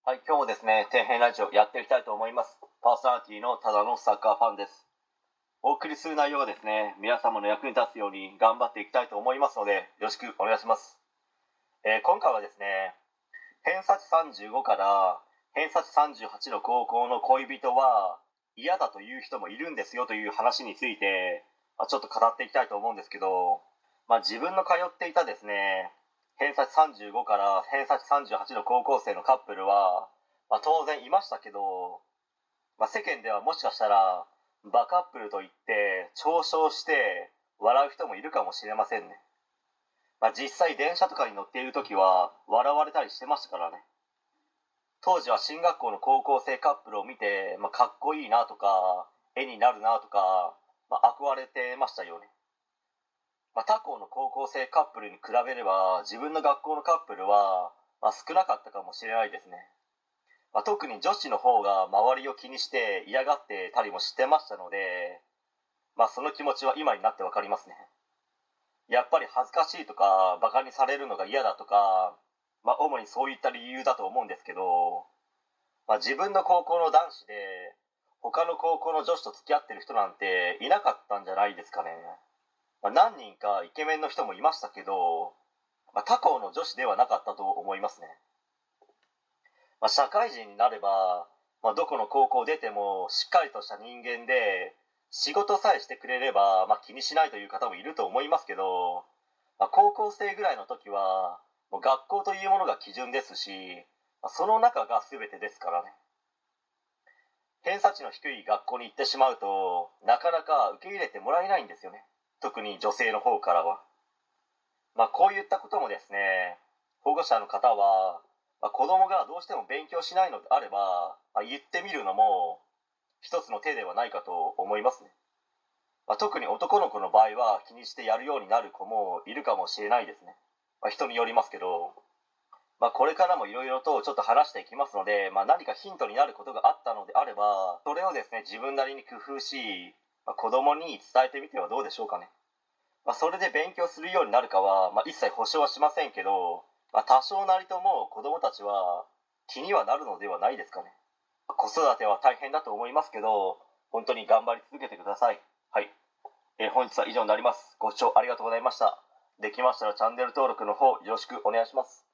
はい、今日もですね、底辺ラジオやっていきたいと思います。パーソナリティのただのサッカーファンです。お送りする内容はですね、皆様の役に立つように頑張っていきたいと思いますので、よろしくお願いします。今回はですね、偏差値35から偏差値38の高校の恋人は嫌だという人もいるんですよという話について、ちょっと語っていきたいと思うんですけど、自分の通っていたですね、偏差値35から偏差値38の高校生のカップルは、当然いましたけど、世間ではもしかしたらバカップルと言って嘲笑して笑う人もいるかもしれませんね。実際電車とかに乗っている時は笑われたりしてましたからね。当時は進学校の高校生カップルを見て、かっこいいなとか絵になるなとか、憧れてましたよね。他校の高校生カップルに比べれば自分の学校のカップルは、少なかったかもしれないですね。特に女子の方が周りを気にして嫌がってたりもしてましたので、その気持ちは今になってわかりますね。やっぱり恥ずかしいとかバカにされるのが嫌だとか、主にそういった理由だと思うんですけど、自分の高校の男子で他の高校の女子と付き合ってる人なんていなかったんじゃないですかね。何人かイケメンの人もいましたけど、他校の女子ではなかったと思いますね。社会人になれば、どこの高校出てもしっかりとした人間で仕事さえしてくれれば、気にしないという方もいると思いますけど、高校生ぐらいの時はもう学校というものが基準ですし、その中が全てですからね。偏差値の低い学校に行ってしまうとなかなか受け入れてもらえないんですよね。特に女性の方からは。こういったこともですね、保護者の方は、子供がどうしても勉強しないのであれば、言ってみるのも一つの手ではないかと思いますね。特に男の子の場合は気にしてやるようになる子もいるかもしれないですね。人によりますけど、これからもいろいろとちょっと話していきますので、何かヒントになることがあったのであれば、それをですね自分なりに工夫し、子供に伝えてみてはどうでしょうかね。それで勉強するようになるかは、一切保証はしませんけど、多少なりとも子供たちは気にはなるのではないですかね。子育ては大変だと思いますけど、本当に頑張り続けてください。はい、本日は以上になります。ご視聴ありがとうございました。できましたらチャンネル登録の方よろしくお願いします。